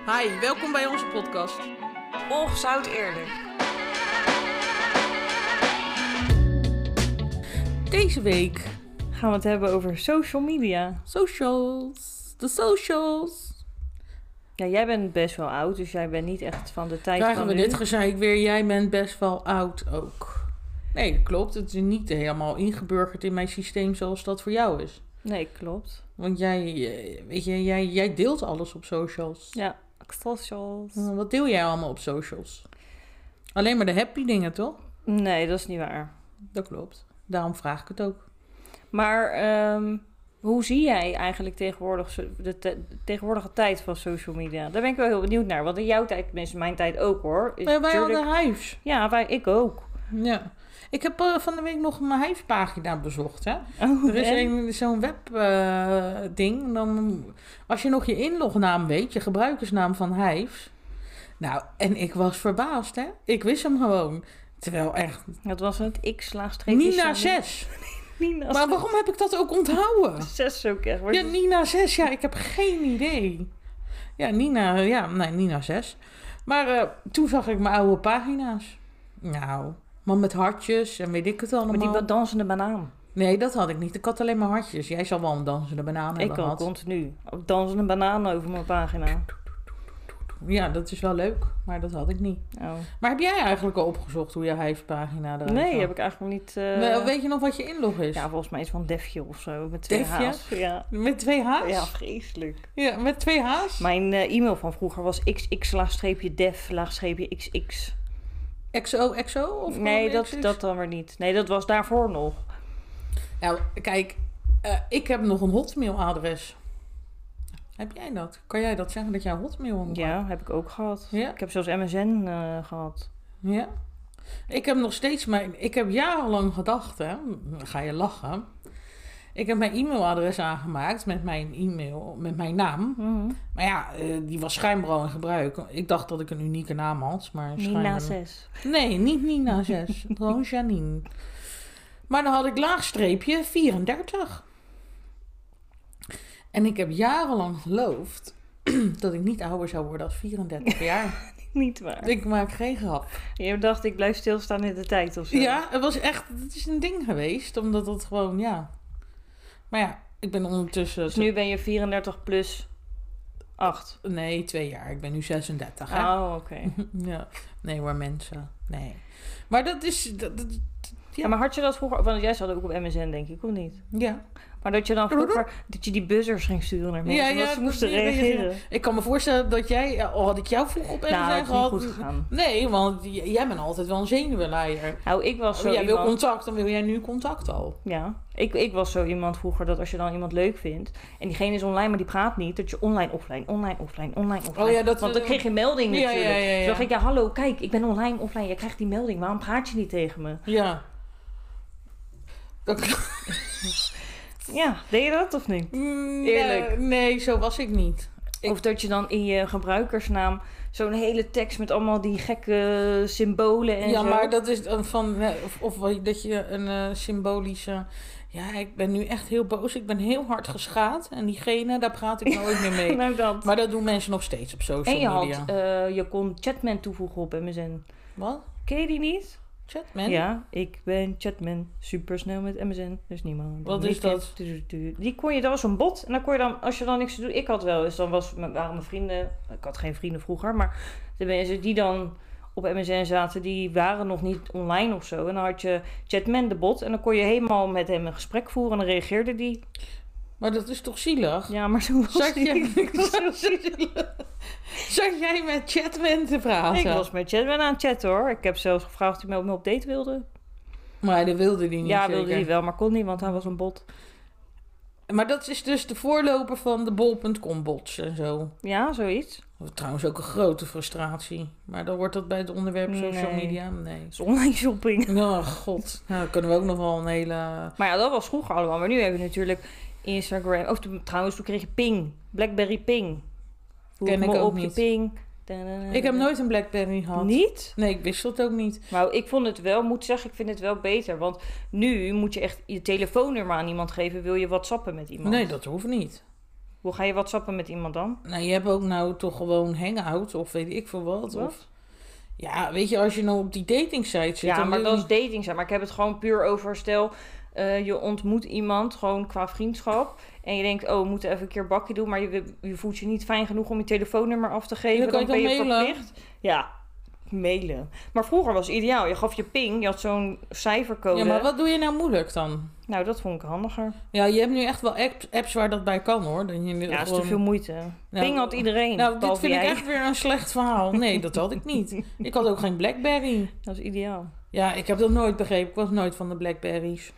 Hi, welkom bij onze podcast. Och, zou het eerlijk. Deze week Gaan we het hebben over social media. socials. De socials. Ja, jij bent best wel oud, dus jij bent niet echt van de tijd Krijgen van we nu. dit gezeik weer. Jij bent best wel oud ook. Nee, dat klopt. Het is niet helemaal ingeburgerd in mijn systeem zoals dat voor jou is. Nee, klopt. Want jij deelt alles op socials. Ja, socials. Wat deel jij allemaal op socials? Alleen maar de happy dingen, toch? Nee, dat is niet waar. Dat klopt. Daarom vraag ik het ook. Maar hoe zie jij eigenlijk tegenwoordig de tegenwoordige tijd van social media? Daar ben ik wel heel benieuwd naar. Want in jouw tijd, tenminste mijn tijd ook hoor. Is Wij natuurlijk- hadden Hives. Ja, ik ook. Ja. Ik heb van de week nog mijn Hives-pagina bezocht, hè. Oh, Er is en? zo'n webding. Dan als je nog je inlognaam weet, je gebruikersnaam van Hives. Nou, en ik was verbaasd, hè. Ik wist hem gewoon. Terwijl echt... Dat was het x/. Nina 6. Nina Maar waarom heb ik dat ook onthouden? 6 ook echt. Ja, Nina 6. Ja, ik heb geen idee. Ja, Nina 6. Maar toen zag ik mijn oude pagina's. Nou, maar met hartjes en weet ik het allemaal. Maar die dansende banaan. Nee, dat had ik niet. Ik had alleen maar hartjes. Jij zal wel een dansende banaan Ik hebben al gehad. continu. Dansende banaan over mijn pagina. Ja, dat is wel leuk, maar dat had ik niet. Oh. Maar heb jij eigenlijk al opgezocht hoe je Hives-pagina eruit Nee, zag? heb ik eigenlijk niet... Weet je nog wat je inlog is? Ja, volgens mij is het van Defje of zo. Met 2 Defje? H's. Ja. Met 2 H's? Ja, vreselijk. Ja, met 2 H's? Mijn e-mail van vroeger was xx-def-xx. XO? Of Nee, gewoon XX? dat dan weer niet. Nee, dat was daarvoor nog. Nou, kijk, ik heb nog een Hotmail-adres. Heb jij dat? Kan jij dat zeggen, dat jij Hotmail hebt? Ja, heb ik ook gehad. Ja? Ik heb zelfs MSN gehad. Ja. Ik heb nog steeds ik heb jarenlang gedacht, hè, dan ga je lachen. Ik heb mijn e-mailadres aangemaakt met mijn e-mail, met mijn naam. Mhm. Maar ja, die was schijnbaar al in gebruik. Ik dacht dat ik een unieke naam had, maar Nina schijnbaar... 6. Nee, niet Nina 6. Gewoon Janine. Maar dan had ik laagstreepje 34. En ik heb jarenlang geloofd dat ik niet ouder zou worden als 34 jaar. Niet waar. Ik maak geen grap. Je dacht, ik blijf stilstaan in de tijd of zo. Ja, het is een ding geweest, omdat het gewoon, ja. Maar ja, ik ben ondertussen... Dus nu ben je 34 plus 8. Nee, 2 jaar. Ik ben nu 36, hè? Oh, oké. Ja. Nee hoor, mensen. Nee. Maar dat is... Ja, maar had je dat vroeger... Want jij zat ook op MSN, denk ik, of niet? Ja. Maar dat je dan vroeger... Dat je die buzzers ging sturen naar mensen, omdat ze moesten reageren. Ik kan me voorstellen dat jij... Al had ik jou vroeg op MSN Nou, het is niet gehad... goed gegaan. Nee, want jij bent altijd wel een zenuwenleier. Nou, ik was zo Jij wil iemand... contact, dan wil jij nu contact al. Ja, ik was zo iemand vroeger dat als je dan iemand leuk vindt... en diegene is online, maar die praat niet... dat je online, offline. Oh ja, dat... Want dan kreeg je melding Ja, natuurlijk. ja. Toen dacht ik, ja, hallo, kijk, ik ben online, offline. Je krijgt die melding, waarom praat je niet tegen me? Ja. Ja, deed je dat of niet? Eerlijk. Nee, zo was ik niet. Of dat je dan in je gebruikersnaam zo'n hele tekst met allemaal die gekke symbolen en Ja, zo. maar dat is dan van... Of dat je een symbolische... Ja, ik ben nu echt heel boos. Ik ben heel hard geschaad. En diegene, daar praat ik nooit meer mee. Nou dat. Maar dat doen mensen nog steeds op social En je media. je kon Chatman toevoegen op MSN. Wat? Ken je die niet? Chatman? Ja, ik ben Chatman. Supersnel met MSN. Dus niemand. Wat is dat? Die kon je, dat was een bot. En dan kon je dan, als je dan niks te doen... Ik had wel eens, dan waren mijn vrienden... Ik had geen vrienden vroeger, maar de mensen die dan op MSN zaten... die waren nog niet online of zo. En dan had je Chatman, de bot. En dan kon je helemaal met hem een gesprek voeren. En dan reageerde die. Maar dat is toch zielig? Ja, maar zo was Zat die. Zat jij met Chatman te praten? Ik was met Chatman aan het chatten hoor. Ik heb zelfs gevraagd of hij met me op date wilde. Maar dat wilde hij niet. Ja, zeker. wilde hij wel, maar kon niet, want hij was een bot. Maar dat is dus de voorloper van de bol.com bots en zo. Ja, zoiets. Trouwens ook een grote frustratie. Maar dan wordt dat bij het onderwerp social Nee. media? Nee. Dat is online shopping. Oh god. Nou, dan kunnen we ook nog wel een hele... Maar ja, dat was vroeger allemaal. Maar nu hebben we natuurlijk Instagram. Of trouwens, toen kreeg je Ping. Blackberry Ping. Ken ik me ook op niet. je Ping. Ik heb nooit een Blackberry gehad. Niet? Nee, ik wist het ook niet. Maar ik vond het wel, moet zeggen, ik vind het wel beter. Want nu moet je echt je telefoonnummer aan iemand geven, wil je whatsappen met iemand. Nee, dat hoeft niet. Hoe ga je whatsappen met iemand dan? Nou, je hebt ook nou toch gewoon Hangout of weet ik veel wat. Of, ja, weet je, als je nou op die dating site zit... Ja, dan maar wil dat je- is dating zijn. Maar ik heb het gewoon puur over, stel, je ontmoet iemand, gewoon qua vriendschap. En je denkt, oh, we moeten even een keer bakje doen. Maar je voelt je niet fijn genoeg om je telefoonnummer af te geven. Dan kan je ben je toch mailen? verplicht. Ja, mailen. Maar vroeger was het ideaal. Je gaf je ping, je had zo'n cijfercode. Ja, maar wat doe je nou moeilijk dan? Nou, dat vond ik handiger. Ja, je hebt nu echt wel apps waar dat bij kan, hoor. Dat je Ja, dat is gewoon- te veel moeite. Nou, Ping had iedereen, Nou, dit behalve vind ik jij. echt weer een slecht verhaal. Nee, dat had ik niet. Ik had ook geen Blackberry. Dat is ideaal. Ja, ik heb dat nooit begrepen. Ik was nooit van de Blackberries.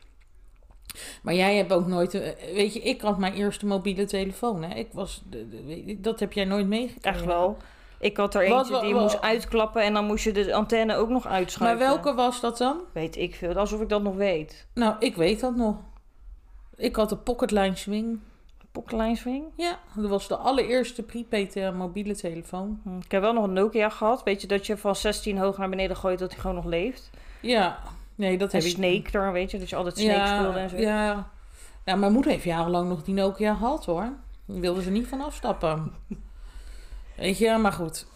Maar jij hebt ook nooit... weet je, ik had mijn eerste mobiele telefoon. Hè. Ik was... dat heb jij nooit meegekregen. Echt wel. Ik had er Wat- eentje die wat- moest uitklappen en dan moest je de antenne ook nog Maar uitschuiven. welke was dat dan? Weet ik veel. Alsof ik dat nog weet. Nou, ik weet dat nog. Ik had de Pocketline Swing. Pocketline Swing? Ja, dat was de allereerste prepaid mobiele telefoon. Ik heb wel nog een Nokia gehad. Weet je, dat je van 16 hoog naar beneden gooit dat hij gewoon nog leeft. Ja, nee, dat En heb ik... Snake daar, weet je. Dat je altijd Snake speelde en zo. Ja. Ja, mijn moeder heeft jarenlang nog die Nokia gehad, hoor. Daar wilde ze niet van afstappen. Weet je, maar goed.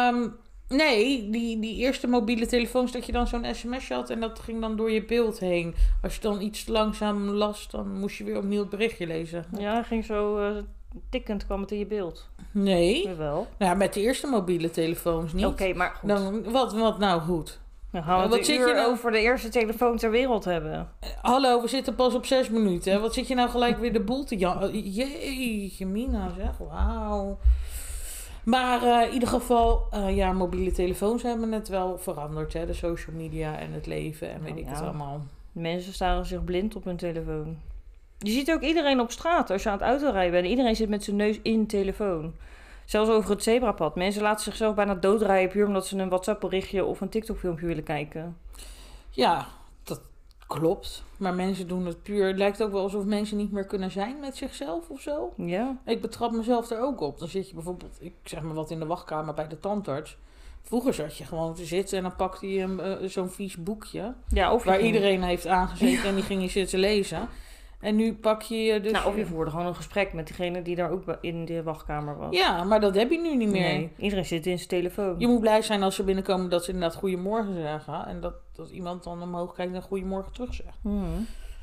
Nee, die eerste mobiele telefoons, dat je dan zo'n sms'je had en dat ging dan door je beeld heen. Als je dan iets langzaam las, dan moest je weer opnieuw het berichtje lezen. Ja, ging zo tikkend kwam het in je beeld. Nee. Wel. Nou, met de eerste mobiele telefoons niet. Oké, maar goed. Dan, wat nou goed? Dan gaan we wat het een zit je uur nou- over de eerste telefoon ter wereld hebben. Hallo, we zitten pas op 6 minuten. Hè? Wat zit je nou gelijk weer de boel te Jeetje, Mina, zeg. Wauw. Maar in ieder geval, ja, mobiele telefoons hebben het wel veranderd. Hè? De social media en het leven en weet Nou ik ja. het allemaal. Mensen staren zich blind op hun telefoon. Je ziet ook iedereen op straat als je aan het autorijden bent. Iedereen zit met zijn neus in de telefoon. Zelfs over het zebrapad. Mensen laten zichzelf bijna doodrijden puur omdat ze een WhatsApp berichtje of een TikTok filmpje willen kijken. Ja, dat klopt. Maar mensen doen het puur. Het lijkt ook wel alsof mensen niet meer kunnen zijn met zichzelf of zo. Ja. Ik betrap mezelf er ook op. Dan zit je bijvoorbeeld, ik zeg maar wat, in de wachtkamer bij de tandarts. Vroeger zat je gewoon te zitten en dan pakte je zo'n vies boekje. Ja, of je Waar ging- iedereen heeft aangezeten en die ging je zitten lezen. En nu pak je dus... Nou, of je voerde gewoon een gesprek met diegene die daar ook in de wachtkamer was. Ja, maar dat heb je nu niet meer. Nee, iedereen zit in zijn telefoon. Je moet blij zijn als ze binnenkomen dat ze inderdaad goedemorgen zeggen. En dat iemand dan omhoog kijkt en goedemorgen terug zegt. Hmm.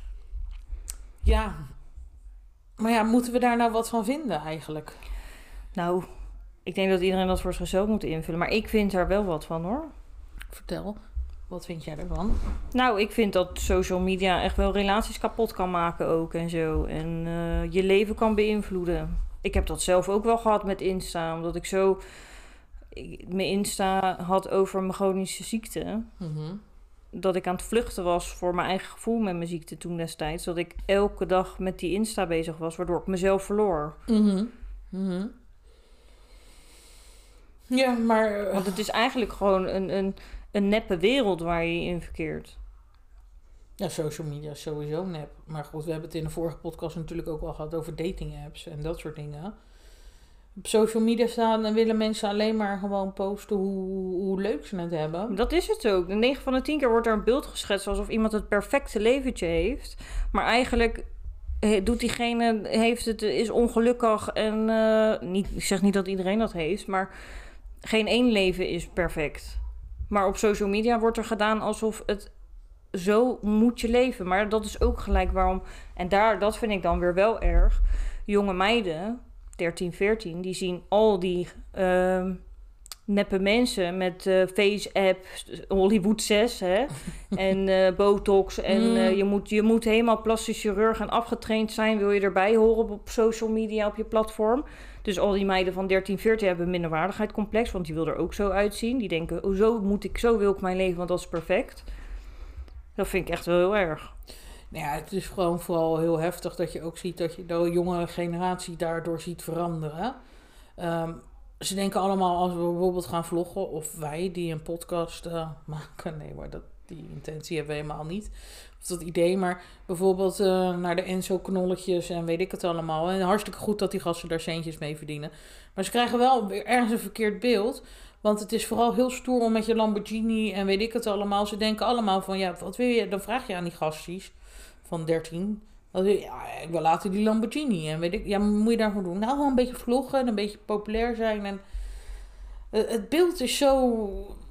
Ja. Maar ja, moeten we daar nou wat van vinden eigenlijk? Nou, ik denk dat iedereen dat voor zichzelf moet invullen. Maar ik vind er wel wat van, hoor. Vertel, wat vind jij ervan? Nou, ik vind dat social media echt wel relaties kapot kan maken ook en zo. En je leven kan beïnvloeden. Ik heb dat zelf ook wel gehad met Insta. Omdat ik mijn Insta had over mijn chronische ziekte. Dat ik aan het vluchten was voor mijn eigen gevoel met mijn ziekte toen destijds. Dat ik elke dag met die Insta bezig was, waardoor ik mezelf verloor. Ja, maar... Want het is eigenlijk gewoon een neppe wereld waar je in verkeert. Ja, social media is sowieso nep. Maar goed, we hebben het in de vorige podcast natuurlijk ook al gehad over dating apps en dat soort dingen. Op social media staan en willen mensen alleen maar gewoon posten hoe leuk ze het hebben. Dat is het ook. 9 van de 10 keer wordt er een beeld geschetst alsof iemand het perfecte leventje heeft. Maar eigenlijk doet diegene, is ongelukkig en ik zeg niet dat iedereen dat heeft, maar geen één leven is perfect. Maar op social media wordt er gedaan alsof het zo moet je leven. Maar dat is ook gelijk waarom, en dat vind ik dan weer wel erg, jonge meiden, 13, 14, die zien al die neppe mensen met face-app, Hollywood 6, hè? En botox. En je moet helemaal plastisch chirurg en afgetraind zijn. Wil je erbij horen op social media, op je platform. Dus al die meiden van 13, 14 hebben een minderwaardigheidscomplex. Want die wil er ook zo uitzien. Die denken, oh, zo wil ik mijn leven, want dat is perfect. Dat vind ik echt wel heel erg. Nou ja, het is gewoon vooral heel heftig dat je ook ziet dat je de jongere generatie daardoor ziet veranderen. Ze denken allemaal, als we bijvoorbeeld gaan vloggen, of wij die een podcast maken. Nee, maar die intentie hebben we helemaal niet. Of dat idee, maar bijvoorbeeld naar de Enzo-knolletjes en weet ik het allemaal. En hartstikke goed dat die gasten daar centjes mee verdienen. Maar ze krijgen wel weer ergens een verkeerd beeld. Want het is vooral heel stoer om met je Lamborghini en weet ik het allemaal. Ze denken allemaal van, ja, wat wil je? Dan vraag je aan die gasties van 13. Ik wil later die Lamborghini. En weet ik, ja, moet je daarvoor doen? Nou, gewoon een beetje vloggen en een beetje populair zijn. En het beeld is zo...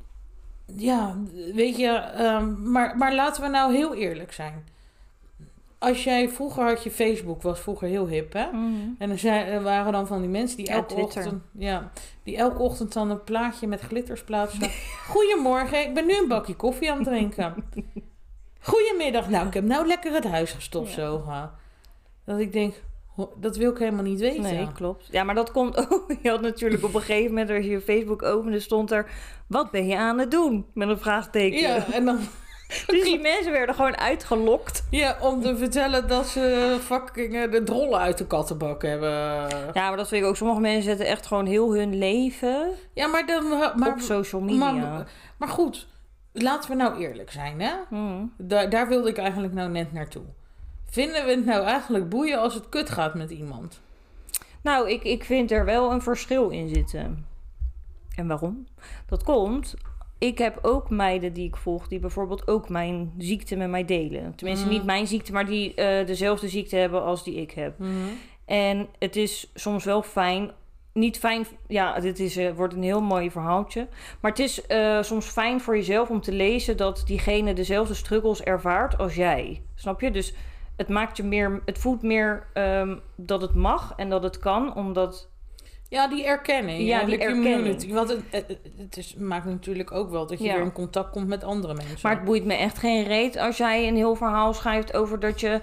Ja, weet je... maar laten we nou heel eerlijk zijn. Vroeger had je Facebook, was vroeger heel hip, hè? Mm. En er waren dan van die mensen die Twitter. elke ochtend dan een plaatje met glitters plaatsen. Goedemorgen, ik ben nu een bakje koffie aan het drinken. Goedemiddag, nou, ik heb nou lekker het huis gestofzogen. Dat ik denk, dat wil ik helemaal niet weten. Nee, klopt. Ja, maar dat komt ook... Je had natuurlijk op een gegeven moment, als je je Facebook opende, stond er... Wat ben je aan het doen? Met een vraagteken. Ja, en dan... Dus die mensen werden gewoon uitgelokt. Ja, om te vertellen dat ze fucking de drollen uit de kattenbak hebben. Ja, maar dat vind ik ook. Sommige mensen zetten echt gewoon heel hun leven Ja, op social media. Maar goed, laten we nou eerlijk zijn, hè? Mm. Daar wilde ik eigenlijk nou net naartoe. Vinden we het nou eigenlijk boeien als het kut gaat met iemand? Nou, ik vind er wel een verschil in zitten. En waarom? Dat komt... Ik heb ook meiden die ik volg... die bijvoorbeeld ook mijn ziekte met mij delen. Tenminste, niet mijn ziekte... maar die dezelfde ziekte hebben als die ik heb. En het is soms wel fijn... Niet fijn... Ja, dit wordt een heel mooi verhaaltje. Maar het is soms fijn voor jezelf om te lezen... dat diegene dezelfde struggles ervaart als jij. Snap je? Dus het maakt je meer... Het voelt meer dat het mag en dat het kan... omdat... Ja, die erkenning. Ja, die erkenning. Want maakt natuurlijk ook wel dat je weer in contact komt met andere mensen. Maar het boeit me echt geen reet als jij een heel verhaal schrijft over dat je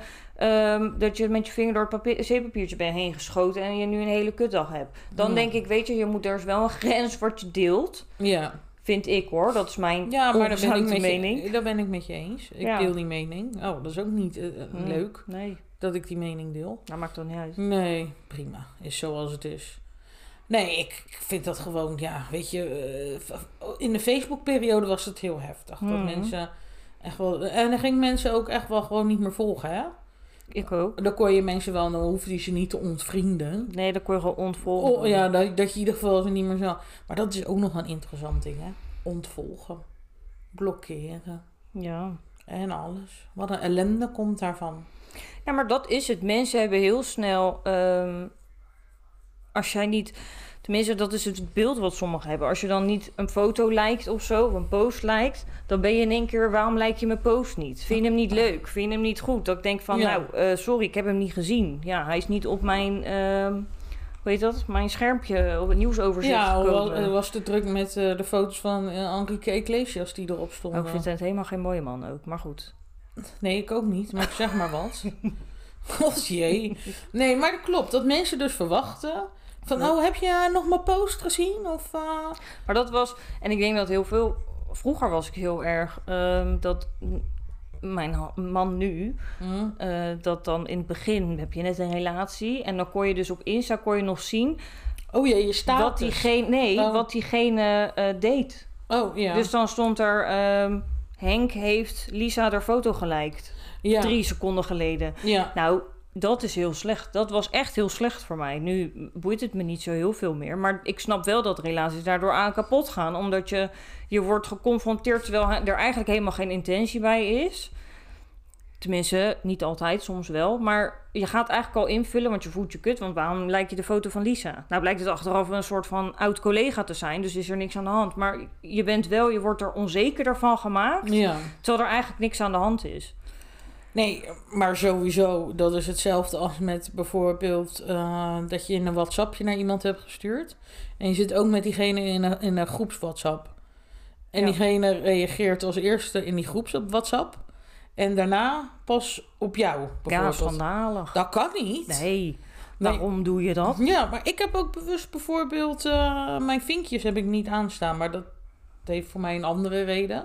met je vinger door het zeepapiertje bent heen geschoten en je nu een hele kutdag hebt. Dan denk ik, weet je moet er is wel een grens wat je deelt. Ja. Vind ik hoor, dat is mijn mening. Daar ben ik met je eens. Ik deel die mening. Oh, dat is ook niet leuk dat ik die mening deel. Dat maakt dan niet uit. Nee, prima. Is zoals het is. Nee, ik vind dat gewoon, ja, weet je... in de Facebook-periode was het heel heftig. Dat mensen echt wel... En dan gingen mensen ook echt wel gewoon niet meer volgen, hè? Ik ook. Dan kon je mensen wel, dan hoefde je ze niet te ontvrienden. Nee, dan kon je gewoon ontvolgen. Oh, ja, dat je in ieder geval ze niet meer zo... Maar dat is ook nog een interessant ding, hè? Ontvolgen. Blokkeren. Ja. En alles. Wat een ellende komt daarvan. Ja, maar dat is het. Mensen hebben heel snel... als jij niet... Tenminste, dat is het beeld wat sommigen hebben. Als je dan niet een foto liked of zo, of een post liked... dan ben je in één keer, waarom like je mijn post niet? Vind je hem niet leuk? Vind je hem niet goed? Dat ik denk van, sorry, ik heb hem niet gezien. Ja, hij is niet op mijn... hoe heet dat? Mijn schermpje, op het nieuwsoverzicht gekomen. Ja, was te druk met de foto's van Enrique Iglesias die erop stonden. Ik vind het helemaal geen mooie man ook, maar goed. Nee, ik ook niet, maar ik zeg maar wat. God jee. Nee, maar dat klopt. Dat mensen dus verwachten... Van, heb je nog mijn post gezien? Of, Maar dat was... En ik denk dat heel veel... Vroeger was ik heel erg... dat mijn man nu... dat dan in het begin heb je net een relatie... en dan kon je dus op Insta nog zien... Oh ja, je staat wat diegene deed. Oh ja. Dus dan stond er... Henk heeft Lisa haar foto geliked. Ja. 3 seconden geleden. Ja. Nou... Dat is heel slecht. Dat was echt heel slecht voor mij. Nu boeit het me niet zo heel veel meer. Maar ik snap wel dat relaties daardoor aan kapot gaan. Omdat je wordt geconfronteerd terwijl er eigenlijk helemaal geen intentie bij is. Tenminste, niet altijd, soms wel. Maar je gaat eigenlijk al invullen, want je voelt je kut. Want waarom lijkt je de foto van Lisa? Nou blijkt het achteraf een soort van oud collega te zijn. Dus is er niks aan de hand. Maar je wordt er onzekerder van gemaakt. Ja. Terwijl er eigenlijk niks aan de hand is. Nee, maar sowieso, dat is hetzelfde als met bijvoorbeeld dat je in een WhatsAppje naar iemand hebt gestuurd. En je zit ook met diegene in een groeps WhatsApp. En diegene reageert als eerste in die groeps op WhatsApp. En daarna pas op jou, bijvoorbeeld. Ja, schandalig. Dat kan niet. Nee. Waarom doe je dat? Ja, maar ik heb ook bewust bijvoorbeeld... mijn vinkjes heb ik niet aanstaan, maar dat heeft voor mij een andere reden.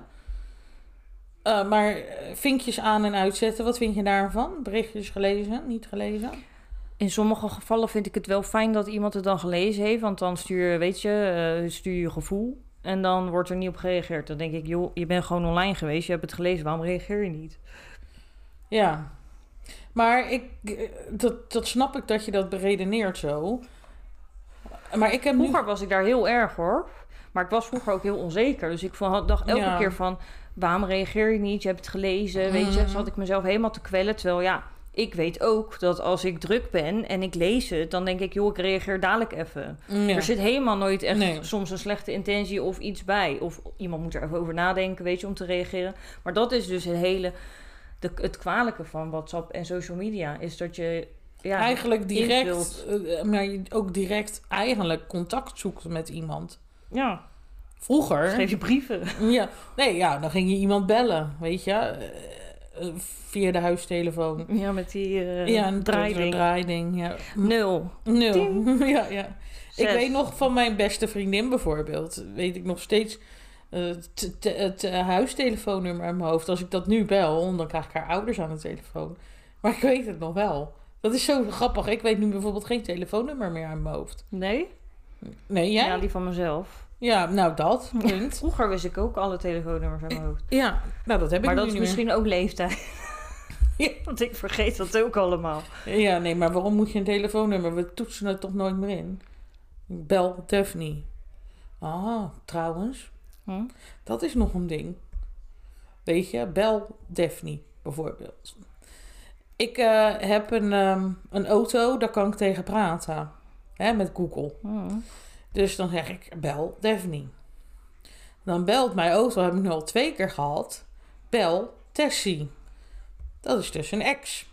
Maar vinkjes aan en uitzetten, wat vind je daarvan? Berichtjes gelezen, niet gelezen? In sommige gevallen vind ik het wel fijn dat iemand het dan gelezen heeft. Want dan stuur je gevoel. En dan wordt er niet op gereageerd. Dan denk ik, joh, je bent gewoon online geweest. Je hebt het gelezen, waarom reageer je niet? Ja, maar dat snap ik dat je dat beredeneert zo. Maar ik heb vroeger was ik daar heel erg hoor. Maar ik was vroeger ook heel onzeker. Dus ik dacht elke keer van... Waarom reageer je niet? Je hebt het gelezen, weet je. Zat ik mezelf helemaal te kwellen. Terwijl ik weet ook dat als ik druk ben en ik lees het, dan denk ik, joh, ik reageer dadelijk even. Ja. Er zit helemaal nooit echt soms een slechte intentie of iets bij. Of iemand moet er even over nadenken, weet je, om te reageren. Maar dat is dus het kwalijke van WhatsApp en social media, is dat je eigenlijk direct, maar je ook direct eigenlijk contact zoekt met iemand. Ja. Vroeger... Schreef je brieven. Dan ging je iemand bellen, weet je... via de huistelefoon. Ja, met die draaiding. Ja. 0. ja. Ik weet nog van mijn beste vriendin bijvoorbeeld. Weet ik nog steeds het huistelefoonnummer in mijn hoofd. Als ik dat nu bel, dan krijg ik haar ouders aan de telefoon. Maar ik weet het nog wel. Dat is zo grappig. Ik weet nu bijvoorbeeld geen telefoonnummer meer aan mijn hoofd. Nee? Nee, jij? Ja, die van mezelf. Ja, nou dat. Punt. Vroeger wist ik ook alle telefoonnummers aan mijn hoofd. Ja, nou dat heb ik maar nu dat is niet misschien meer. ook leeftijd. Ja. Want ik vergeet dat ook allemaal. Ja, nee, maar waarom moet je een telefoonnummer? We toetsen het toch nooit meer in? Bel Daphne. Ah, trouwens. Dat is nog een ding. Weet je, bel Daphne bijvoorbeeld. Ik heb een auto, daar kan ik tegen praten. Hè, met Google. Dus dan zeg ik, bel Daphne. Dan belt mijn auto, heb ik nu al 2 keer gehad. Bel Tessie. Dat is dus een ex.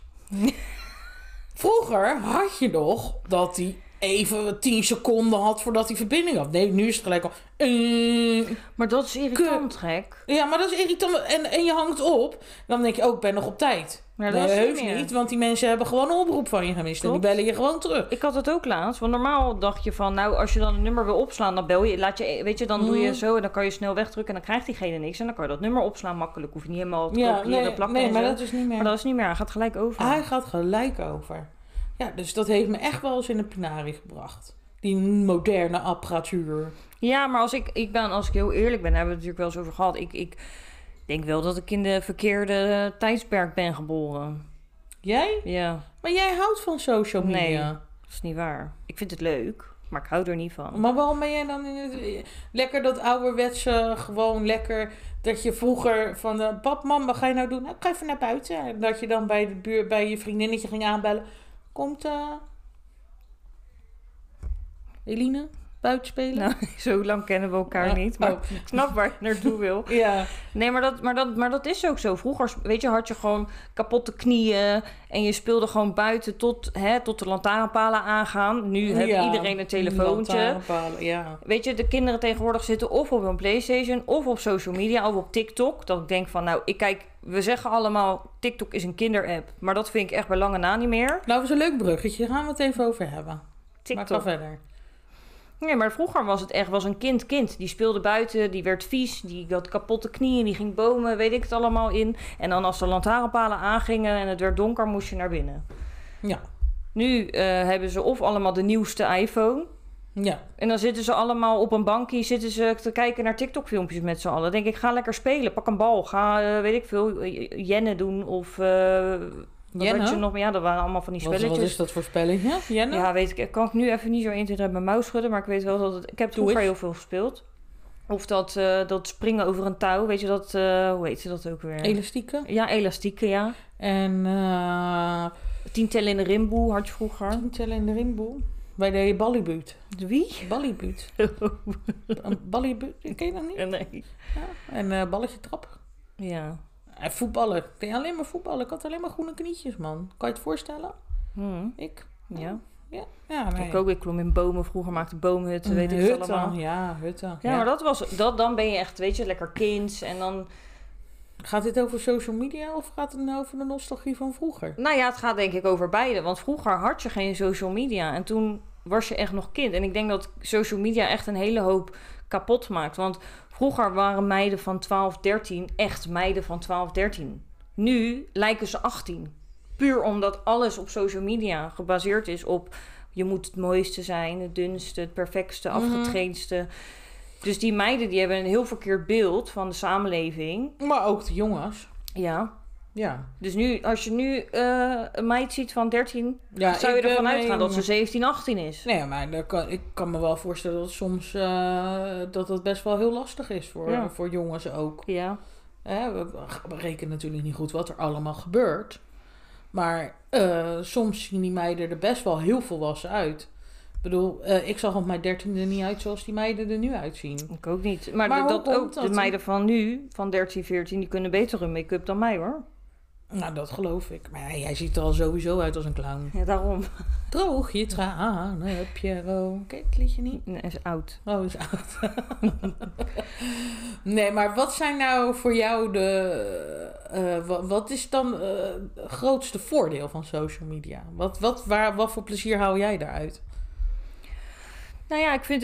Vroeger had je nog dat hij even 10 seconden had voordat hij verbinding had. Nee, nu is het gelijk al... maar dat is irritant, gek. Ja, maar dat is irritant. En je hangt op. Dan denk je, ik ben nog op tijd. Maar nee, dat is heus niet, want die mensen hebben gewoon een oproep van je gemist. Klopt. En die bellen je gewoon terug. Ik had het ook laatst. Want normaal dacht je van, nou, als je dan een nummer wil opslaan, dan bel je, weet je, dan doe je zo en dan kan je snel wegdrukken en dan krijgt diegene niks. En dan kan je dat nummer opslaan makkelijk. Hoef je niet helemaal te kopiëren, plakken nee, en maar zo. dat is niet meer. Maar dat is niet meer. Hij gaat gelijk over. Hij gaat gelijk over. Ja, dus dat heeft me echt wel eens in de penarie gebracht. Die moderne apparatuur. Ja, maar als ik heel eerlijk ben, daar hebben we het natuurlijk wel eens over gehad. Ik denk wel dat ik in de verkeerde tijdsperk ben geboren. Jij? Ja. Maar jij houdt van social media. Nee, dat is niet waar. Ik vind het leuk, maar ik hou er niet van. Maar waarom ben jij dan in het... Lekker dat ouderwetse, gewoon lekker... Dat je vroeger van... pap, mam, wat ga je nou doen? Nou, ik ga even naar buiten. En dat je dan bij de buurt, bij je vriendinnetje ging aanbellen. Komt Eline buiten spelen? Nou, zo lang kennen we elkaar niet. Maar ik snap waar je naartoe wil. Ja. Nee, maar dat is ook zo. Vroeger, weet je, had je gewoon kapotte knieën. En je speelde gewoon buiten tot de lantaarnpalen aangaan. Nu heeft iedereen een telefoontje. Ja. Weet je, de kinderen tegenwoordig zitten of op een PlayStation, of op social media, of op TikTok. Dat ik denk van, nou, we zeggen allemaal, TikTok is een kinderapp. Maar dat vind ik echt bij lange na niet meer. Nou, dat is een leuk bruggetje. Daar gaan we het even over hebben. TikTok. Maar ga verder. Nee, maar vroeger was een kind. Die speelde buiten, die werd vies, die had kapotte knieën, die ging bomen, weet ik het allemaal in. En dan als de lantaarnpalen aangingen en het werd donker, moest je naar binnen. Ja. Nu hebben ze of allemaal de nieuwste iPhone. Ja. En dan zitten ze allemaal op een bankje, zitten ze te kijken naar TikTok-filmpjes met z'n allen. Dan denk ik, ga lekker spelen, pak een bal, ga, weet ik veel, jennen doen of... Wat je nog, maar ja, dat waren allemaal van die spelletjes. Wat is dat voor spelletje? Jenne? Ja, weet ik. Kan ik nu even niet zo 1, 2, 3 met mijn mouw schudden. Maar ik weet wel dat ik heb het vroeger heel veel gespeeld. Of dat springen over een touw. Weet je dat, hoe heet ze dat ook weer? Elastieken? Ja, elastieken, ja. En 10 tellen in de rimboe had je vroeger. 10 tellen in de rimboe. Bij de ballybuut. De wie? Ballybuut. Een ballybuut, ken je dat niet? Nee. Ja. En balletje trap. Ja. En voetballen. Kun je alleen maar voetballen? Ik had alleen maar groene knietjes, man. Kan je het voorstellen? Ik? Ja. Ja, nee. Ik ook. Ik klom in bomen vroeger, maakte boomhutten, weet ik het allemaal. Ja, hutten. Ja, maar dan ben je echt, weet je, lekker kind. En dan... Gaat dit over social media of gaat het nou over de nostalgie van vroeger? Nou ja, het gaat denk ik over beide. Want vroeger had je geen social media. En toen was je echt nog kind. En ik denk dat social media echt een hele hoop kapot maakt. Want vroeger waren meiden van 12, 13 echt meiden van 12, 13. Nu lijken ze 18. Puur omdat alles op social media gebaseerd is op... je moet het mooiste zijn, het dunste, het perfectste, afgetraindste. Dus die meiden die hebben een heel verkeerd beeld van de samenleving. Maar ook de jongens. Ja. Ja. Dus nu, als je nu een meid ziet van 13... Ja, zou je ervan uitgaan dat ze 17, 18 is. Nee, maar ik kan me wel voorstellen dat soms... dat het best wel heel lastig is voor jongens ook. Ja. We rekenen natuurlijk niet goed wat er allemaal gebeurt. Maar soms zien die meiden er best wel heel volwassen uit. Ik bedoel, ik zag op mijn 13e niet uit zoals die meiden er nu uitzien. Ik ook niet. Maar hoe dat komt ook, dat? de meiden van nu, van 13, 14, die kunnen beter hun make-up dan mij hoor. Nou, dat geloof ik. Maar ja, jij ziet er al sowieso uit als een clown. Ja, daarom. Droog je tranen, Piero. Ken je het liedje niet? Nee, is oud. Oh, is oud. Nee, maar wat zijn nou voor jou wat is dan het grootste voordeel van social media? Wat voor plezier hou jij daaruit? Nou ja, ik vind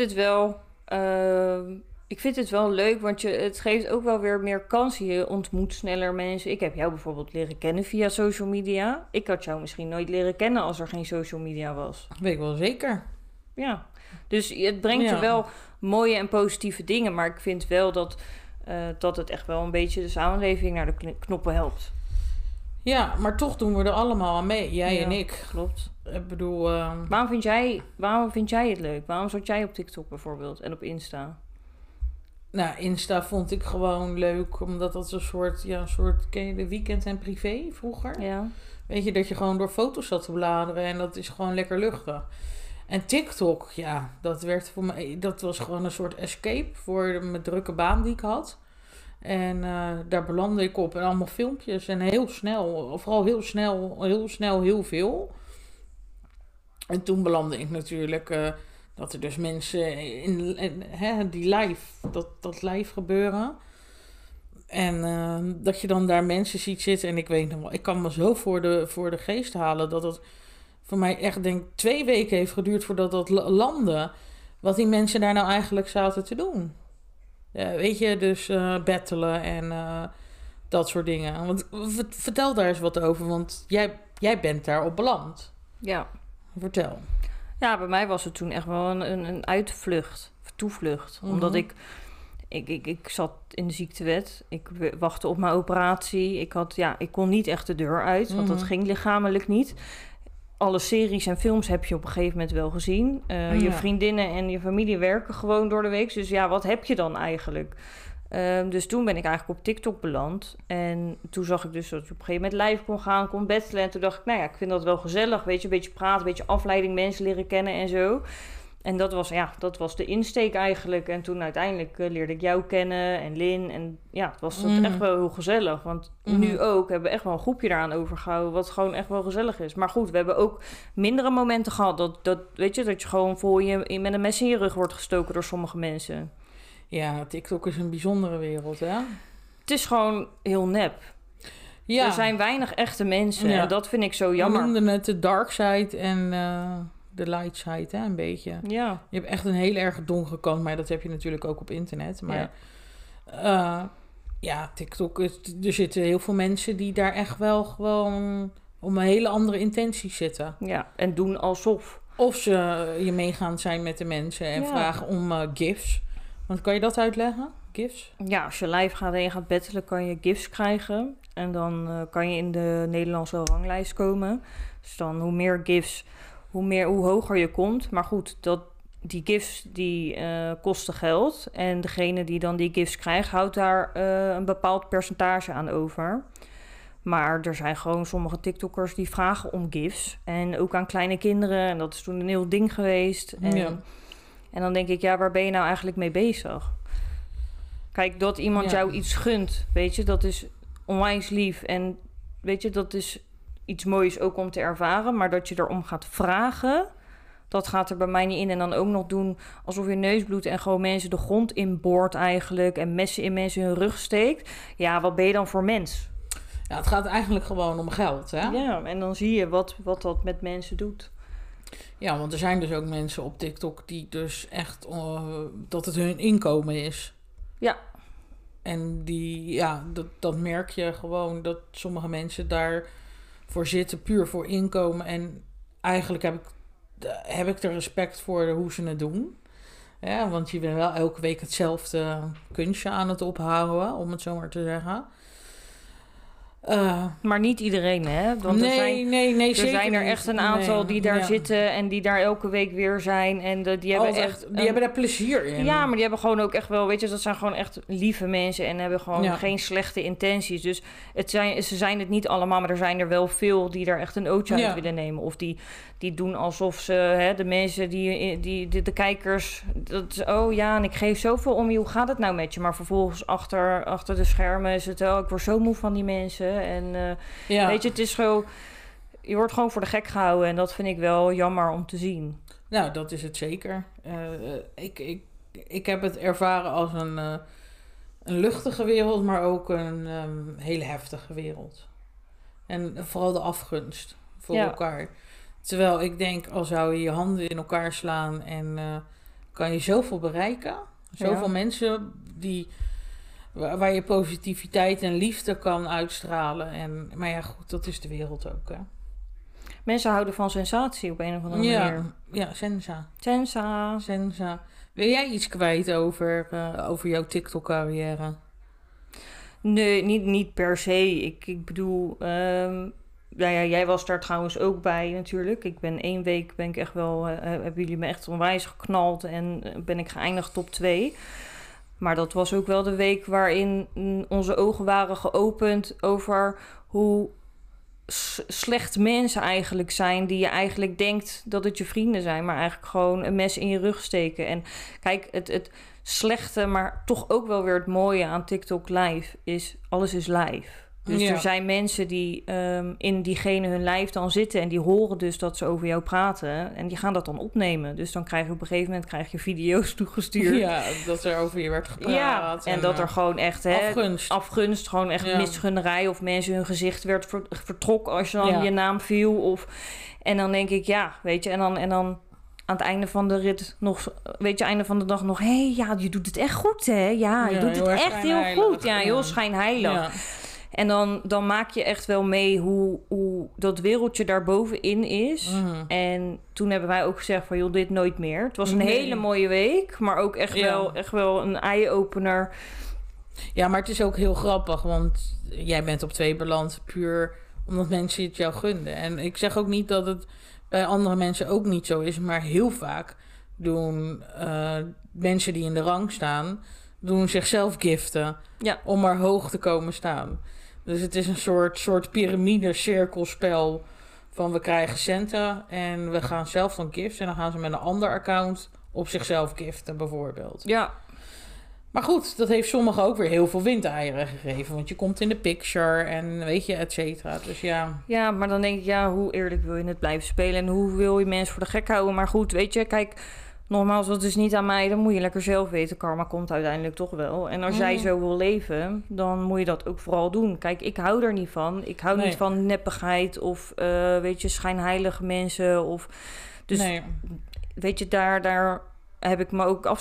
het wel leuk, want het geeft ook wel weer meer kansen. Je ontmoet sneller mensen. Ik heb jou bijvoorbeeld leren kennen via social media. Ik had jou misschien nooit leren kennen als er geen social media was. Weet ik wel zeker. Ja, dus het brengt je wel mooie en positieve dingen. Maar ik vind wel dat het echt wel een beetje de samenleving naar de knoppen helpt. Ja, maar toch doen we er allemaal aan mee. Jij en ik. Klopt. Ik bedoel... Waarom vind jij het leuk? Waarom zat jij op TikTok bijvoorbeeld en op Insta? Nou, Insta vond ik gewoon leuk, omdat dat een soort, ken je de weekend en privé vroeger? Ja. Weet je, dat je gewoon door foto's zat te bladeren en dat is gewoon lekker luchtig. En TikTok, ja, dat was gewoon een soort escape voor mijn drukke baan die ik had. En daar belandde ik op en allemaal filmpjes en heel snel, vooral heel snel heel veel. En toen belandde ik natuurlijk... dat er dus mensen die dat live gebeuren. En dat je dan daar mensen ziet zitten. En ik weet nog wel, ik kan me zo voor de geest halen dat het voor mij echt, denk 2 weken heeft geduurd voordat dat landde. Wat die mensen daar nou eigenlijk zaten te doen. Weet je, dus battelen en dat soort dingen. Want vertel daar eens wat over, want jij bent daarop beland. Ja. Vertel. Ja, bij mij was het toen echt wel een uitvlucht, toevlucht. Mm-hmm. Omdat ik zat in de ziektewet. Ik wachtte op mijn operatie. Ik kon niet echt de deur uit, want dat ging lichamelijk niet. Alle series en films heb je op een gegeven moment wel gezien. Je vriendinnen en je familie werken gewoon door de week. Dus ja, wat heb je dan eigenlijk? Dus toen ben ik eigenlijk op TikTok beland. En toen zag ik dus dat je op een gegeven moment live kon gaan, kon battelen. En toen dacht ik, nou ja, ik vind dat wel gezellig. Weet je, een beetje praten, een beetje afleiding, mensen leren kennen en zo. En dat was de insteek eigenlijk. En toen uiteindelijk leerde ik jou kennen en Lin. En ja, het was echt wel heel gezellig. Want nu ook hebben we echt wel een groepje daaraan overgehouden. Wat gewoon echt wel gezellig is. Maar goed, we hebben ook mindere momenten gehad. Weet je, dat je gewoon voor je met een mes in je rug wordt gestoken door sommige mensen. Ja, TikTok is een bijzondere wereld, hè? Het is gewoon heel nep. Ja. Er zijn weinig echte mensen. Ja. En dat vind ik zo jammer. We noemden het de dark side en de light side, hè, een beetje. Ja. Je hebt echt een heel erg donkere kant, maar dat heb je natuurlijk ook op internet. Maar TikTok, er zitten heel veel mensen die daar echt wel gewoon om een hele andere intentie zitten. Ja, en doen alsof. Of ze je meegaan zijn met de mensen en vragen om gifs. Want kan je dat uitleggen? GIFs? Ja, als je live gaat en je gaat battelen, kan je GIFs krijgen. En dan kan je in de Nederlandse ranglijst komen. Dus dan hoe meer GIFs, hoe hoger je komt. Maar goed, die GIFs die kosten geld. En degene die dan die GIFs krijgt, houdt daar een bepaald percentage aan over. Maar er zijn gewoon sommige TikTokkers die vragen om GIFs. En ook aan kleine kinderen. En dat is toen een heel ding geweest. En dan denk ik, ja, waar ben je nou eigenlijk mee bezig? Kijk, dat iemand jou iets gunt, weet je, dat is onwijs lief. En weet je, dat is iets moois ook om te ervaren. Maar dat je erom gaat vragen, dat gaat er bij mij niet in. En dan ook nog doen alsof je neusbloed en gewoon mensen de grond inboort eigenlijk. En messen in mensen hun rug steekt. Ja, wat ben je dan voor mens? Ja, het gaat eigenlijk gewoon om geld, hè? Ja, en dan zie je wat dat met mensen doet. Ja, want er zijn dus ook mensen op TikTok die dus echt... dat het hun inkomen is. Ja. En dat merk je gewoon dat sommige mensen daarvoor zitten, puur voor inkomen. En eigenlijk heb ik er respect voor hoe ze het doen. Ja, want je bent wel elke week hetzelfde kunstje aan het ophouden, om het zo maar te zeggen. Maar niet iedereen, hè? Want nee, er zeker zijn er niet. echt een aantal die daar Ja. zitten en die daar elke week weer zijn. En die hebben Altijd, echt... die hebben daar plezier in. Ja, maar die hebben gewoon ook echt wel... Weet je, dat zijn gewoon echt lieve mensen en hebben gewoon geen slechte intenties. Dus ze zijn het niet allemaal, maar er zijn er wel veel die daar echt een ootje uit willen nemen. Of die doen alsof ze, hè, de mensen, de kijkers... en ik geef zoveel om je, hoe gaat het nou met je? Maar vervolgens achter de schermen is het... ik word zo moe van die mensen. En weet je, het is zo... Je wordt gewoon voor de gek gehouden en dat vind ik wel jammer om te zien. Nou, dat is het zeker. Ik heb het ervaren als een luchtige wereld, maar ook een hele heftige wereld. En vooral de afgunst voor elkaar. Terwijl ik denk, al zou je je handen in elkaar slaan en kan je zoveel bereiken. Zoveel mensen waar je positiviteit en liefde kan uitstralen. Maar ja, goed, dat is de wereld ook, hè. Mensen houden van sensatie op een of andere manier. Ja, sensa. Wil jij iets kwijt over jouw TikTok-carrière? Nee, niet per se. Ik bedoel... jij was daar trouwens ook bij natuurlijk. 1 week ben ik echt wel... hebben jullie me echt onwijs geknald en ben ik geëindigd top 2. Maar dat was ook wel de week waarin onze ogen waren geopend over hoe slecht mensen eigenlijk zijn, die je eigenlijk denkt dat het je vrienden zijn, maar eigenlijk gewoon een mes in je rug steken. En kijk, het slechte, maar toch ook wel weer het mooie aan TikTok live is, alles is live. Dus er zijn mensen die in diegene hun lijf dan zitten en die horen dus dat ze over jou praten en die gaan dat dan opnemen. Dus dan krijg je op een gegeven moment video's toegestuurd. Ja, dat er over je werd gepraat. Ja, en dat er gewoon echt afgunst, gewoon echt misgunnerij of mensen hun gezicht werd vertrokken als je dan je naam viel. En dan denk ik, weet je, en dan aan het einde van de rit nog, weet je, einde van de dag nog, je doet het echt goed, hè? Ja, je doet het echt heel goed. Ja, heel schijnheilig. Ja. En dan maak je echt wel mee hoe dat wereldje daarbovenin is. Mm-hmm. En toen hebben wij ook gezegd van, joh, dit nooit meer. Het was een hele mooie week, maar ook echt wel een eye-opener. Ja, maar het is ook heel grappig, want jij bent op 2 beland puur omdat mensen het jou gunden. En ik zeg ook niet dat het bij andere mensen ook niet zo is, maar heel vaak doen mensen die in de rang staan, doen zichzelf giften om maar hoog te komen staan. Dus het is een soort piramide-cirkelspel van we krijgen centen en we gaan zelf dan giften en dan gaan ze met een ander account op zichzelf giften bijvoorbeeld. Ja. Maar goed, dat heeft sommigen ook weer heel veel windeieren gegeven, want je komt in de picture en weet je, et cetera. Dus ja. Ja, maar dan denk ik, hoe eerlijk wil je het blijven spelen en hoe wil je mensen voor de gek houden? Maar goed, weet je, kijk, nogmaals, dat is niet aan mij, dan moet je lekker zelf weten. Karma komt uiteindelijk toch wel. En als jij zo wil leven, dan moet je dat ook vooral doen. Kijk, ik hou er niet van. Ik hou niet van neppigheid of, weet je, schijnheilige mensen. Dus, weet je, daar heb ik me ook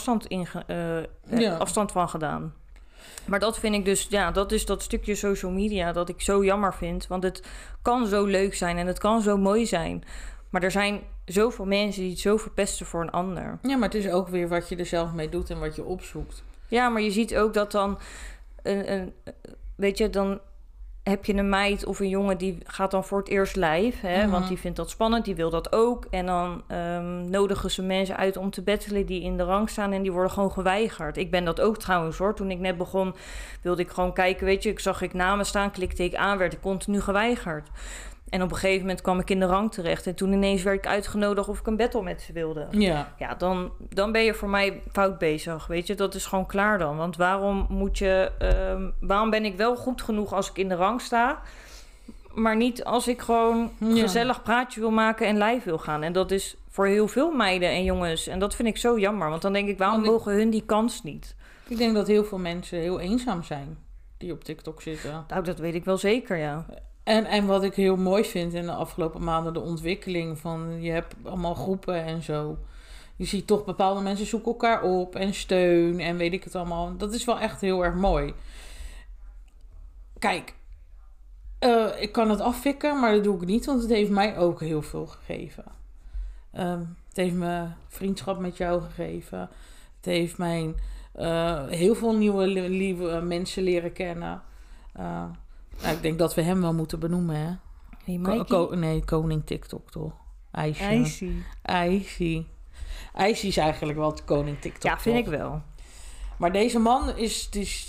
afstand van gedaan. Maar dat vind ik dus, dat is dat stukje social media dat ik zo jammer vind. Want het kan zo leuk zijn en het kan zo mooi zijn. Maar er zijn zoveel mensen die het zo verpesten voor een ander. Ja, maar het is ook weer wat je er zelf mee doet en wat je opzoekt. Ja, maar je ziet ook dat dan weet je, dan heb je een meid of een jongen die gaat dan voor het eerst live. Hè, want die vindt dat spannend, die wil dat ook. En dan nodigen ze mensen uit om te battelen die in de rang staan en die worden gewoon geweigerd. Ik ben dat ook trouwens hoor. Toen ik net begon wilde ik gewoon kijken, weet je. Zag ik namen staan, klikte ik aan, werd ik continu geweigerd. En op een gegeven moment kwam ik in de rang terecht. En toen ineens werd ik uitgenodigd of ik een battle met ze wilde. Ja, dan ben je voor mij fout bezig, weet je. Dat is gewoon klaar dan. Want waarom ben ik wel goed genoeg als ik in de rang sta, maar niet als ik gewoon gezellig praatje wil maken en live wil gaan. En dat is voor heel veel meiden en jongens. En dat vind ik zo jammer. Want dan denk ik, waarom mogen hun die kans niet? Ik denk dat heel veel mensen heel eenzaam zijn die op TikTok zitten. Nou, dat weet ik wel zeker, ja. En wat ik heel mooi vind in de afgelopen maanden, de ontwikkeling van, je hebt allemaal groepen en zo. Je ziet toch bepaalde mensen zoeken elkaar op en steun en weet ik het allemaal. Dat is wel echt heel erg mooi. Kijk, ik kan het afvikken, maar dat doe ik niet, want het heeft mij ook heel veel gegeven. Het heeft me vriendschap met jou gegeven. Het heeft mij heel veel nieuwe mensen leren kennen. Nou, ik denk dat we hem wel moeten benoemen, hè? Hey, Mikey? Nee, koning TikTok, toch? Icy. Icy. Icy is eigenlijk wel de koning TikTok. Ja, vind toch? ik wel. Maar deze man is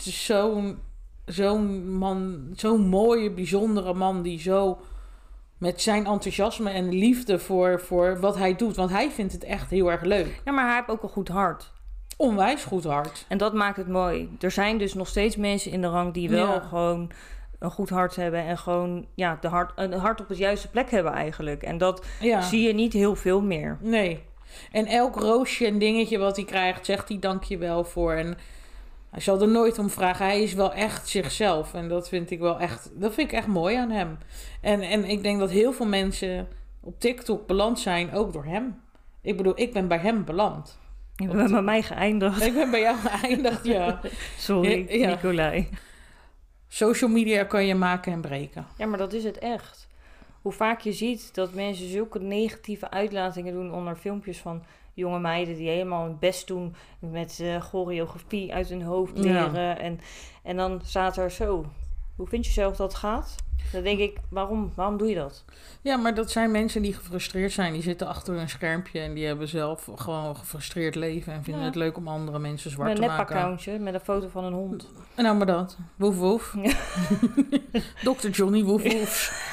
zo'n mooie, bijzondere man die zo met zijn enthousiasme en liefde voor wat hij doet. Want hij vindt het echt heel erg leuk. Ja, maar hij heeft ook een goed hart. Onwijs goed hart. En dat maakt het mooi. Er zijn dus nog steeds mensen in de rang die wel gewoon een goed hart hebben. En gewoon een hart op de juiste plek hebben eigenlijk. En dat zie je niet heel veel meer. Nee. En elk roosje en dingetje wat hij krijgt, zegt hij dankjewel voor. En hij zal er nooit om vragen. Hij is wel echt zichzelf. En dat vind ik echt mooi aan hem. En ik denk dat heel veel mensen op TikTok beland zijn, ook door hem. Ik bedoel, ik ben bij hem beland. Je bent bij mij geëindigd. Ik ben bij jou geëindigd, ja. Sorry, Nicolai. Social media kan je maken en breken. Ja, maar dat is het echt. Hoe vaak je ziet dat mensen zulke negatieve uitlatingen doen onder filmpjes van jonge meiden die helemaal hun best doen met choreografie uit hun hoofd leren. Ja. En dan staat er zo. Hoe vind je zelf dat het gaat? Dan denk ik, waarom doe je dat? Ja, maar dat zijn mensen die gefrustreerd zijn. Die zitten achter een schermpje en die hebben zelf gewoon een gefrustreerd leven en vinden het leuk om andere mensen zwart te maken. Met een nepaccountje met een foto van een hond. En nou maar dat. Woef woef. Ja. Dr. Johnny woef woef.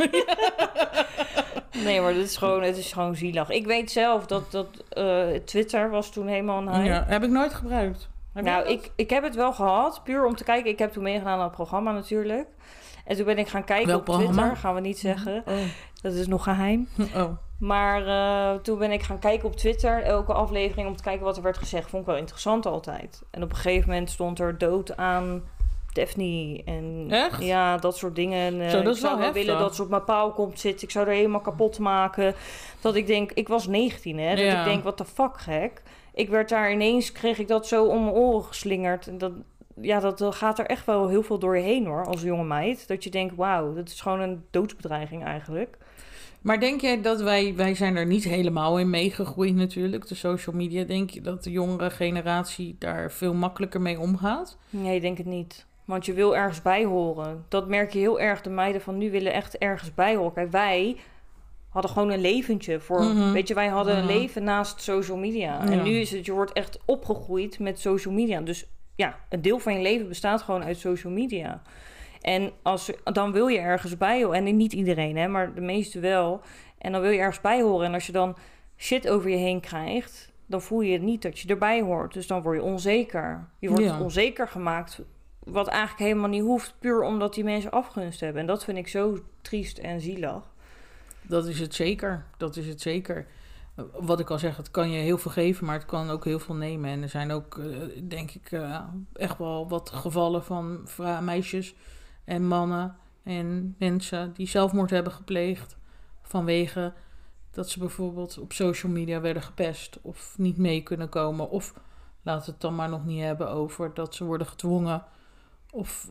Nee, maar het is gewoon zielig. Ik weet zelf dat Twitter was toen helemaal een hype. Ja, heb ik nooit gebruikt. Ik heb het wel gehad, puur om te kijken. Ik heb toen meegedaan aan het programma natuurlijk. En toen ben ik gaan kijken op Twitter. Gaan we niet zeggen. Oh. Dat is nog geheim. Oh. Maar toen ben ik gaan kijken op Twitter. Elke aflevering om te kijken wat er werd gezegd. Vond ik wel interessant altijd. En op een gegeven moment stond er dood aan Daphne. En echt? Ja, dat soort dingen. Zo, dat ik zou wel willen dat ze op mijn pauw komt zitten. Ik zou er helemaal kapot maken. Dat ik denk, ik was 19 hè. Dat ik denk, wat de fuck gek. Ik werd daar ineens, kreeg ik dat zo om mijn oren geslingerd. En dat gaat er echt wel heel veel door je heen hoor, als jonge meid. Dat je denkt, wauw, dat is gewoon een doodsbedreiging eigenlijk. Maar denk jij dat wij zijn er niet helemaal in meegegroeid natuurlijk, de social media. Denk je dat de jongere generatie daar veel makkelijker mee omgaat? Nee, ik denk het niet. Want je wil ergens bij horen. Dat merk je heel erg. De meiden van nu willen echt ergens bij horen. Kijk, wij hadden gewoon een leventje voor. Weet je, wij hadden een leven naast social media. Ja. En nu is het, je wordt echt opgegroeid met social media. Dus ja, een deel van je leven bestaat gewoon uit social media. En dan wil je ergens bij horen. En niet iedereen, hè, maar de meeste wel. En dan wil je ergens bij horen. En als je dan shit over je heen krijgt, dan voel je niet dat je erbij hoort. Dus dan word je onzeker. Je wordt onzeker gemaakt. Wat eigenlijk helemaal niet hoeft, puur omdat die mensen afgunst hebben. En dat vind ik zo triest en zielig. Dat is het zeker. Dat is het zeker. Wat ik al zeg, het kan je heel veel geven, maar het kan ook heel veel nemen. En er zijn ook, denk ik, echt wel wat gevallen van meisjes en mannen en mensen die zelfmoord hebben gepleegd vanwege dat ze bijvoorbeeld op social media werden gepest of niet mee kunnen komen. Of laten we het dan maar nog niet hebben over dat ze worden gedwongen. Of,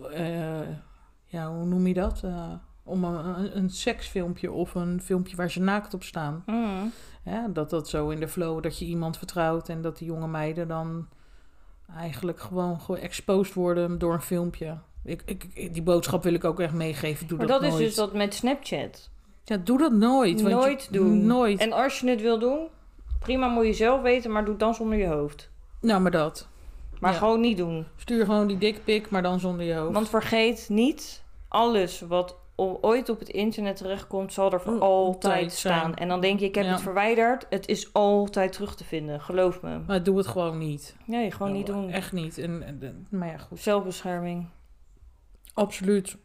hoe noem je dat? Om een seksfilmpje of een filmpje waar ze naakt op staan. Ja, dat zo in de flow, dat je iemand vertrouwt en dat die jonge meiden dan eigenlijk gewoon geëxposed worden door een filmpje. Die boodschap wil ik ook echt meegeven. Doe maar dat nooit. is dus dat met Snapchat. Ja, doe dat nooit. Nooit doen. Nooit. En als je het wil doen, prima, moet je zelf weten, maar doe het dan zonder je hoofd. Nou, maar dat. Maar gewoon niet doen. Stuur gewoon die dickpic, maar dan zonder je hoofd. Want vergeet niet, alles wat ooit op het internet terechtkomt, zal er voor altijd staan. En dan denk je, ik heb het verwijderd. Het is altijd terug te vinden, geloof me. Maar doe het gewoon niet. Nee, gewoon niet doen. Echt niet. Maar ja, goed. Zelfbescherming. Absoluut.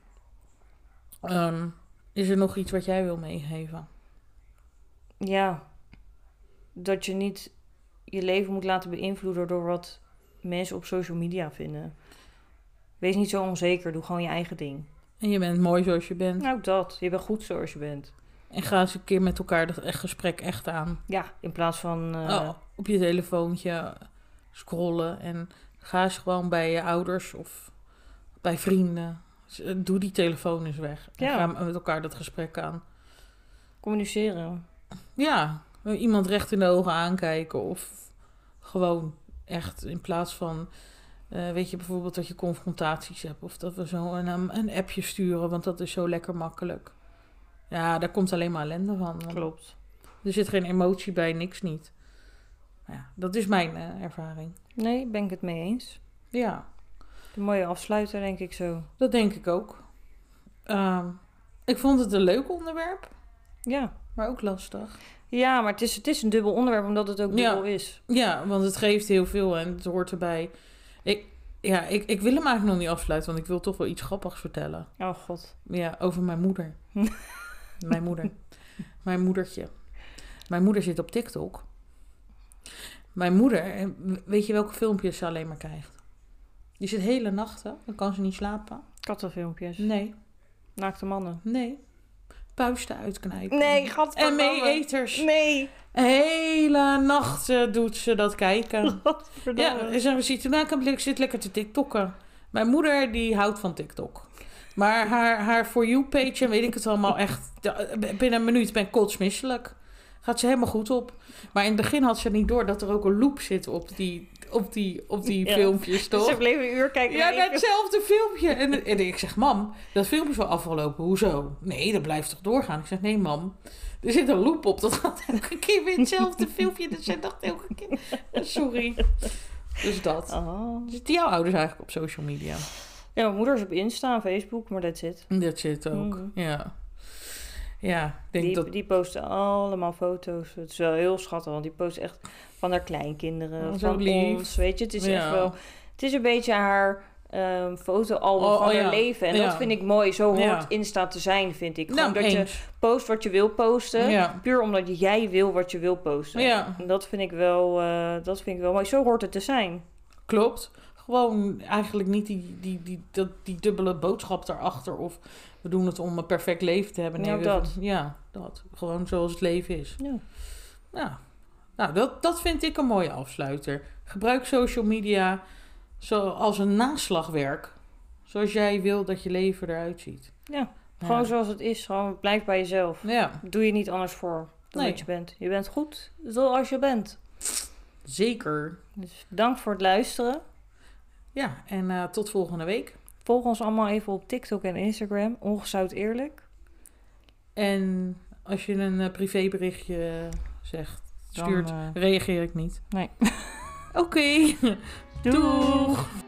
Is er nog iets wat jij wil meegeven? Ja. Dat je niet je leven moet laten beïnvloeden door wat mensen op social media vinden. Wees niet zo onzeker. Doe gewoon je eigen ding. En je bent mooi zoals je bent. Nou, dat. Je bent goed zoals je bent. En ga eens een keer met elkaar dat gesprek echt aan. Ja, in plaats van op je telefoontje scrollen. En ga eens gewoon bij je ouders of bij vrienden. Doe die telefoon eens weg. En ga met elkaar dat gesprek aan. Communiceren. Ja, iemand recht in de ogen aankijken. Of gewoon echt in plaats van Weet je bijvoorbeeld dat je confrontaties hebt. Of dat we zo een appje sturen. Want dat is zo lekker makkelijk. Ja, daar komt alleen maar ellende van. Klopt. Er zit geen emotie bij, niks niet. Ja, dat is mijn ervaring. Nee, ben ik het mee eens. Ja. Een mooie afsluiter, denk ik zo. Dat denk ik ook. Ik vond het een leuk onderwerp. Ja. Maar ook lastig. Ja, maar het is een dubbel onderwerp, omdat het ook dubbel is. Ja, want het geeft heel veel en het hoort erbij. Ik wil hem eigenlijk nog niet afsluiten, want ik wil toch wel iets grappigs vertellen. Oh god. Ja, over mijn moeder. Mijn moeder. Mijn moedertje. Mijn moeder zit op TikTok. Mijn moeder, weet je welke filmpjes ze alleen maar krijgt? Die zit hele nachten, dan kan ze niet slapen. Kattenfilmpjes. Nee. Naakte mannen. Nee. Puisten uitknijpen. Nee, En mee-eters. Nee. Hele nachten doet ze dat kijken. Godverdamme. Ja, ze ziet toen ik zit lekker te TikTokken. Mijn moeder die houdt van TikTok. Maar haar For You page en weet ik het allemaal echt. Binnen een minuut ben ik kotsmisselijk. Gaat ze helemaal goed op. Maar in het begin had ze niet door dat er ook een loop zit op die Ja. filmpjes, toch? Dus ze bleef een uur kijken. Ja, naar datzelfde filmpje. En ik zeg, mam, dat filmpje is wel afgelopen. Hoezo? Nee, dat blijft toch doorgaan? Ik zeg, nee, mam. Er zit een loop op. Dat gaat elke keer weer hetzelfde filmpje. Dus zij dacht elke keer... Sorry. Dus dat. Oh. Zitten jouw ouders eigenlijk op social media? Ja, mijn moeder is op Insta en Facebook, maar that's it. Dat zit ook. Ja. Ja, ik denk Die posten allemaal foto's. Het is wel heel schattig, want die post echt van haar kleinkinderen, Oh, zo van lief. ons. Weet je, het is Ja. echt wel... Het is een beetje haar fotoalbum van haar leven. En dat vind ik mooi. Zo hoort Insta te zijn, vind ik. Gewoon dat je post wat je wil posten. Ja. Puur omdat jij wil wat je wil posten. Ja. En dat vind ik wel mooi. Zo hoort het te zijn. Klopt. Gewoon eigenlijk niet die dubbele boodschap daarachter. Of we doen het om een perfect leven te hebben. Nee, dat. Gewoon zoals het leven is. Ja. Nou, dat vind ik een mooie afsluiter. Gebruik social media als een naslagwerk. Zoals jij wil dat je leven eruit ziet. Ja, gewoon zoals het is. Gewoon blijf bij jezelf. Ja. Doe je niet anders voor dan wat je bent. Je bent goed zoals je bent. Zeker. Dus bedankt voor het luisteren. Ja, en tot volgende week. Volg ons allemaal even op TikTok en Instagram. Ongezout eerlijk. En als je een privéberichtje stuurt, reageer ik niet. Nee. Oké. Doeg.